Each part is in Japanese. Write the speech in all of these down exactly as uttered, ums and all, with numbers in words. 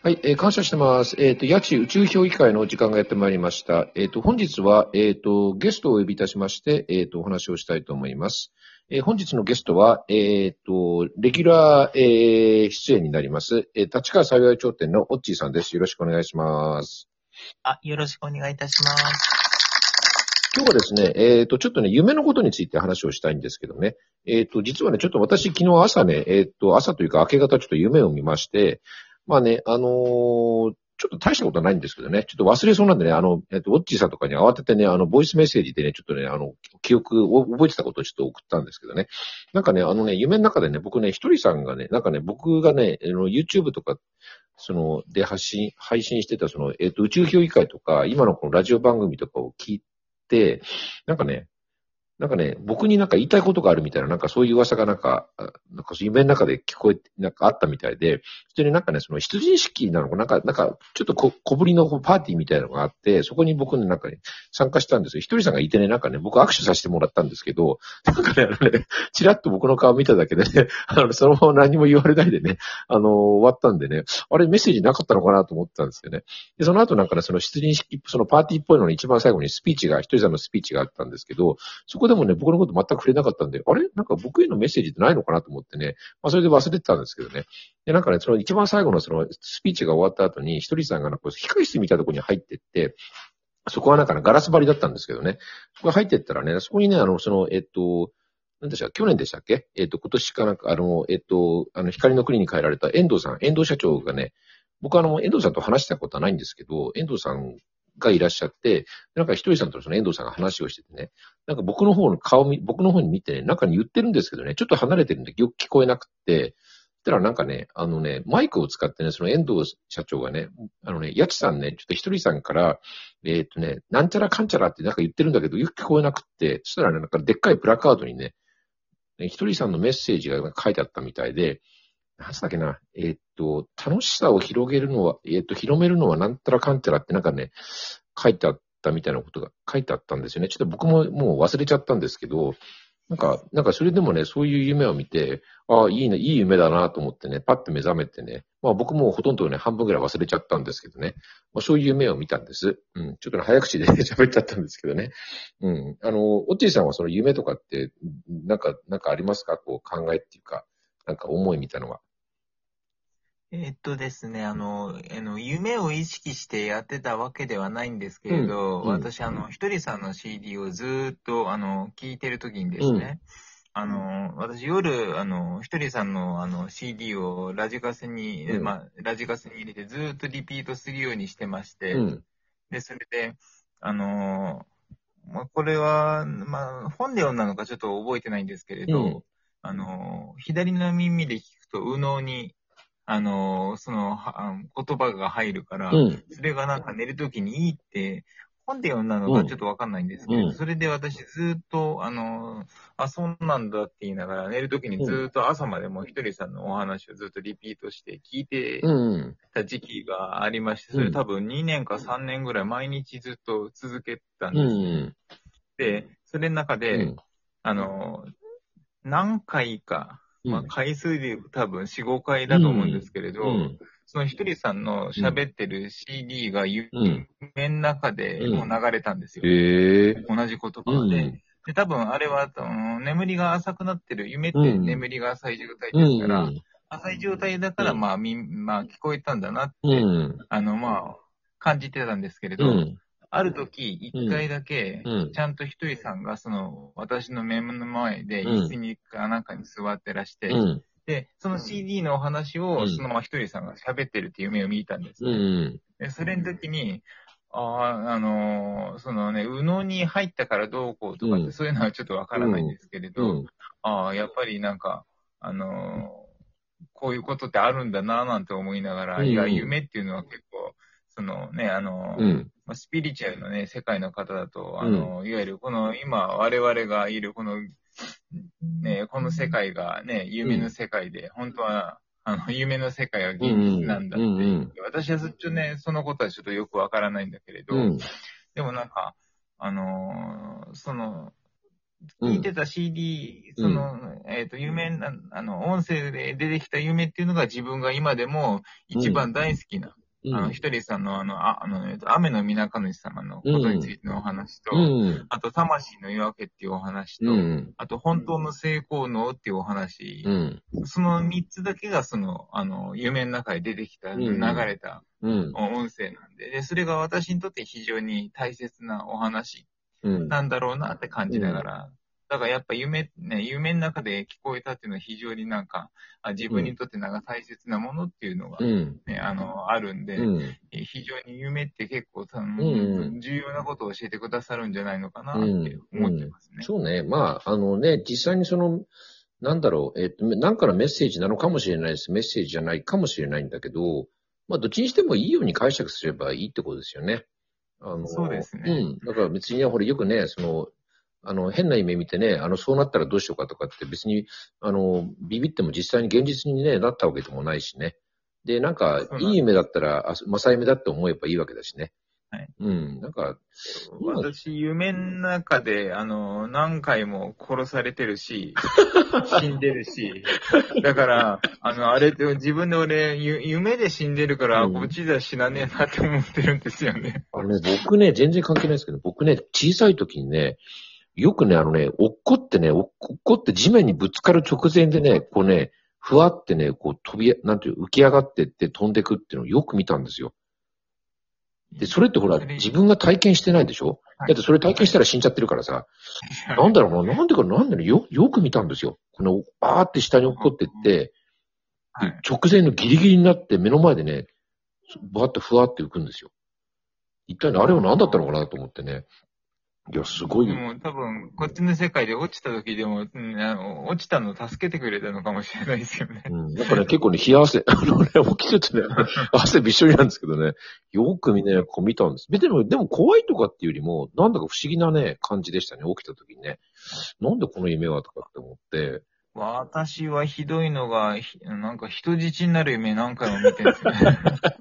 はい、えー感謝してます。えっ、と、八千宇宙評議会の時間がやってまいりました。えっ、と、本日は、えっ、と、ゲストをお呼びいたしまして、えっ、と、お話をしたいと思います。えー本日のゲストは、えっ、と、レギュラー、えー出演になります、えー立川幸い頂点のオッチーさんです。よろしくお願いします。 あ、よろしくお願いいたします。 今日はですね、えっ、と、ちょっとね、夢のことについて話をしたいんですけどね。えっ、と、実はね、ちょっと私昨日朝ね、えっ、と、朝というか明け方ちょっと夢を見まして、まあね、あのーちょっと大したことはないんですけどね、ちょっと忘れそうなんでね、あの、えっ、と、ウォッチーさんとかに慌ててね、あの、ボイスメッセージでね、ちょっとね、あの、記憶を覚えてたことをちょっと送ったんですけどね。なんかね、あのね、夢の中でね、僕ね、ひとりさんがね、なんかね、僕がね、あの YouTube とか、その、で発信、配信してた、その、えっ、と、宇宙評議会とか、今のこのラジオ番組とかを聞いて、なんかね、なんかね、僕になんか言いたいことがあるみたいな、なんかそういう噂がなんか、あなんか夢の中で聞こえて、なんかあったみたいで、それでなんかね、その出陣式なのか、なんか、なんか、ちょっとこ小ぶりのパーティーみたいなのがあって、そこに僕ね、なんかね、参加したんですよ。ひとりさんがいてね、なんかね、僕握手させてもらったんですけど、なんかね、あのね、ちらっと僕の顔見ただけでね、あの、そのまま何も言われないでね、あの、終わったんでね、あれメッセージなかったのかなと思ってたんですよね。で、その後なんかね、その出陣式、そのパーティーっぽいのに一番最後にスピーチが、ひとりさんのスピーチがあったんですけど、そこでもね、僕のこと全く触れなかったんで、あれなんか僕へのメッセージってないのかなと思ってね、まあそれで忘れてたんですけどね。で、なんかね、その一番最後のそのスピーチが終わった後に、ひとりさんがなんか控室みたいなところに入ってって、そこはなんかね、ガラス張りだったんですけどね。そこ入ってったらね、そこにね、あの、その、えっと、何でしたっけ去年でしたっけえっと、今年かなんか、あの、えっと、あの、光の国に変えられた遠藤さん、遠藤社長がね、僕はあの、遠藤さんと話したことはないんですけど、遠藤さんがいらっしゃって、なんかひとりさんとその遠藤さんが話をしててね、なんか僕の方の顔み、僕の方に見てね、中に言ってるんですけどね、ちょっと離れてるんでよく聞こえなくて、そしたらなんかね、あのね、マイクを使ってね、その遠藤社長がね、あのね、やちさんね、ちょっとひとりさんから、えっとね、なんちゃらかんちゃらってなんか言ってるんだけど、よく聞こえなくって、そしたらね、なんかでっかいプラカードにね、ひとりさんのメッセージが書いてあったみたいで、なんつったっけな、えっと、楽しさを広げるのは、えっと、広めるのはなんたらかんちゃらってなんかね、書いてあったみたいなことが書いてあったんですよね。ちょっと僕ももう忘れちゃったんですけど、なんか、なんかそれでもね、そういう夢を見て、ああ、いいね、いい夢だなと思ってね、パッと目覚めてね、まあ僕もほとんどね、半分ぐらい忘れちゃったんですけどね、まあそういう夢を見たんです。うん、ちょっとね、早口で喋っちゃったんですけどね。うん、あの、オッチーさんはその夢とかって、なんか、なんかありますかこう考えっていうか、なんか思いみたいなのは。 えーっとですね、あの、あの、夢を意識してやってたわけではないんですけうん、 れど、 うん、 私、あの、ひとりさんの シーディー をずーっと、あの、聞いてるときにでうん、 すね、あの、私、夜、あの、ひとりさんの、あの、シーディー をラジカセに、 うん、 まあ、ラジカセに入れてずーっとリピートするようにしてまして、 うん、 で、それで、あの、まあ、これは、まあ、本で読んだのかちょっと覚えてないんですけれうん、 ど、あの、左の耳で聞くと、右脳に、あの、その、は言葉が入るから、 うん、 それがなんか寝るときにいいって、本で読んだのうん、 かちょっとわかんないんですけれど、 うん、 それで私ずっと、あの、あ、そうなんだって言いながら、寝るときにうん、 ずっと朝までもうひとりさんのお話をずっとリピートして聞いてうん、 た時期がありまして、 うん、 それ多分にねんかさんねんぐらい毎日ずっと続けたんうですね。 ん、 で、それの中で、 うん、 あの、何回か、まあ、 うん、 回数で言うと多分よん、ごかいうだと思うんでん、 すけれど、 うん、 そのひとりさんのうん、 喋ってる シーディー が夢うん、 の中でもううん。 流れたんですよ。 へえ。 同じ言葉が。で、 うん、 で多分あれは、うん、眠りが浅くなってる、夢っうん、 て眠りが浅い状態うん、 ですから、 うん、 浅い状態だから、 うん、 まあ、みまあ、聞こえたんだなっうて、 ん、 あの、まあ、感じてたんですけれど、 うん、 ある時、一うん、 回だけ、 うん、 ちゃんとひとりさんが、その、私の目の前で、 うん、 椅子にかなんかに座ってらしうて、 ん、 で、その シーディー のお話を、そのままひとりさんが喋ってるっていう夢を見たんですうね。 ん、 で、それの時に、ああ、あのーそのね、右脳に入ったからどうこうとかって、 うん、 そういうのはちょっとわからないんですけれど、 うん、 ああ、やっぱりなんか、あのーこういうことってあるんだなぁなんて思いながら、いや、 うん、 夢っていうのは結構、そのね、あのーうん、 まあスピリチュアルのね、世界の方だと、あうん、 のーいわゆるこの今我々がいるこの、ね、この世界がね、夢の世界で、本当は、あの、夢の世界はうん、 現実なんだうん、 っていう。 うん、 私はずっとね、そのことはちょっとよくわからないんだけれど、 うん、 でもなんか、あのーその、 聞いてた シーディー、その、えっと、夢な、あの、音声で出てきた夢っていうのが自分が今でも一番大好きな、 うん。 あの、ひとりさんのあの、ああの、えっと、雨の水中主様のことについてのお話と、 うん。 あと、魂の夜明けっていうお話と、 うん。 あと、本当の成功能っていうお話、 うん。 その三つだけがその、あの、夢の中で出てきた、 うん流れたうん。 音声なんで、で、それが私にとって非常に大切なお話うん。 なんだろうなって感じながら、だからやっぱ夢、ね、夢の中で聞こえたっていうのは非常になんか、あ自分にとってなんか大切なものっていうのが、 うん。 ね、あの、あるんで、 うん。 非常に夢って結構、あうんの重要なことを教えてくださるんじゃないのかなって思ってますね。 そうね。まあ、あのね、実際にその、なんだろう、えっと、なんかのメッセージなのかもしれないです。メッセージじゃないかもしれないんだけど、まあ、どっちにしてもいいように解釈すればいいってことですよね。あの、 そうですね。 うん。だから別に、ほら、よくね、その、あの、変な夢見てね、あの、そうなったらどうしようかとかって別に、あの、ビビっても実際に現実にね、なったわけでもないしね。で、なんか、いい夢だったら、あ、正夢だって思えばいいわけだしね。 はい。 うん。なんか、 私、夢の中で、あの、何回も殺されてるし、死んでるし、だから、あの、あれって自分で俺、ゆ夢で死んでるから、 うんこっちでは死なねえなって思ってるんですよね。 あのね、僕ね、全然関係ないですけど、僕ね、小さい時にね、よくね、あのね、落っこってね、落っこって地面にぶつかる直前でね、こうね、ふわってね、こう飛び、なんていう、浮き上がってって飛んでくっていうのをよく見たんですよ。で、それってほら、自分が体験してないでしょ、 はい、 だってそれ体験したら死んじゃってるからさ。なんだろうな、なんでか、なんだろう、よ、よく見たんですよ。この、バーって下に落っこってって、 はい、 直前のギリギリになって目の前でね、バーってふわって浮くんですよ。一体あれは何だったのかなと思ってね。いや、すごい。 でも多分、こっちの世界で落ちた時でも、うん、あの落ちたのを助けてくれたのかもしれないですよね。 うん。なんかね、結構ね、冷や汗、あのね、起きててね、汗びっしょりなんですけどね、よくみんなこう見たんです。でも、でも怖いとかっていうよりも、なんだか不思議なね、感じでしたね、起きた時にね。なんでこの夢はとかって思って。 私はひどいのが、なんか人質になる夢何回も見てるんですよね。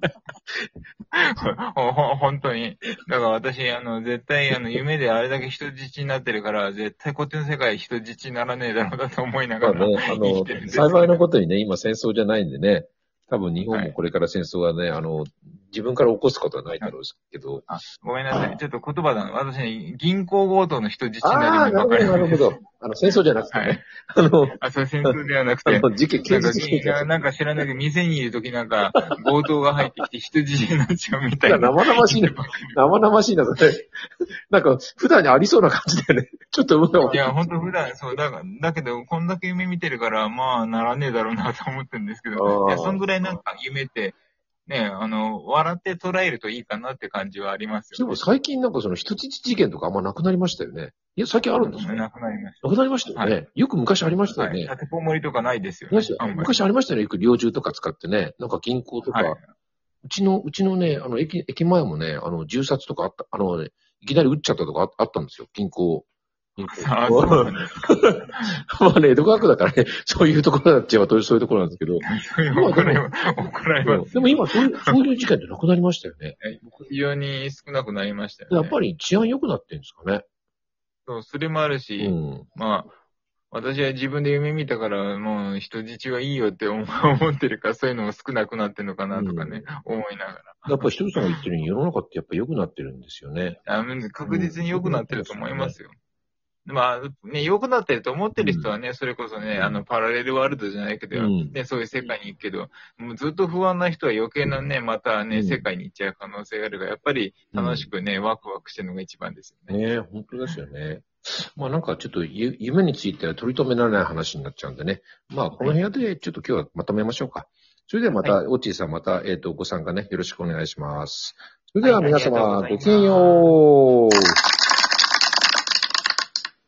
ほ本当に。だから私、あの、絶対、あの、夢であれだけ人質になってるから、絶対こっちの世界人質にならねえだろうなと思いながら、 まあね、あの、幸いのことにね、今戦争じゃないんでね、多分日本もこれから戦争はね、はい、あの、自分から起こすことはないだろうけど。 あ、ごめんなさい。ちょっと言葉だな。私ね、銀行強盗の人質になる夢ばかり。なるほど、なるほど。あの、戦争じゃなくてね。はい、 あの、あ、そう、戦争ではなくて。 あの、事件、刑事事件。なんか知らないけど、店にいるときなんか、強盗が入ってきて人質になっちゃうみたいな。 生々しいな。生々しいな、それ。なんか、普段にありそうな感じだよね。ちょっとうまいや、ほんと普段、そう、だから、だけど、こんだけ夢見てるから、まあ、ならねえだろうなと思ってるんですけど、いや、そんぐらいなんか夢って、ね、あの、笑って捉えるといいかなって感じはありますよね。 でも最近なんかその人質事件とかあんまなくなりましたよね。いや、最近あるんですか？ なくなりました。 なくなりましたよね。はい、よく昔ありましたよね。 はい、立てこもりとかないですよね。 昔ありましたよね。よく猟銃とか使ってね。なんか銀行とか。はい、うちの、うちのね、あの、駅、駅前もね、あの、銃殺とかあった、あの、ね、いきなり撃っちゃったとかあったんですよ。銀行。 ああ、そうなんですか。 まあね、江戸川区だからね、そういうところだっちゃえばそういうところなんですけど。 怒られます。怒られます。 でも今そういう、そういう事件ってなくなりましたよね。 非常に少なくなりましたよね。 やっぱり治安良くなってるんですかね。 そう、それもあるし、うん、まあ、私は自分で夢見たから、もう人質はいいよって思ってるから、そういうのも少なくなってるのかなとかね、うん、思いながら。 やっぱりひとりさんが言ってるように世の中ってやっぱ良くなってるんですよね。 あ確実に良くなってると思いますよ。まあ、ね、良くなってると思ってる人はね、うん、それこそね、あの、パラレルワールドじゃないけど、うん、ね、そういう世界に行くけど、もうずっと不安な人は余計なね、またね、うん、世界に行っちゃう可能性があるから、やっぱり楽しくね、ワクワクしてるのが一番ですよね。 ねえ、本当ですよね。まあなんかちょっと夢については取り留められない話になっちゃうんでね。まあこの部屋でちょっと今日はまとめましょうか。それではまた、はい、オッチーさんまた、えっと、ご参加ね、よろしくお願いします。それでは皆様、ごきげんよう。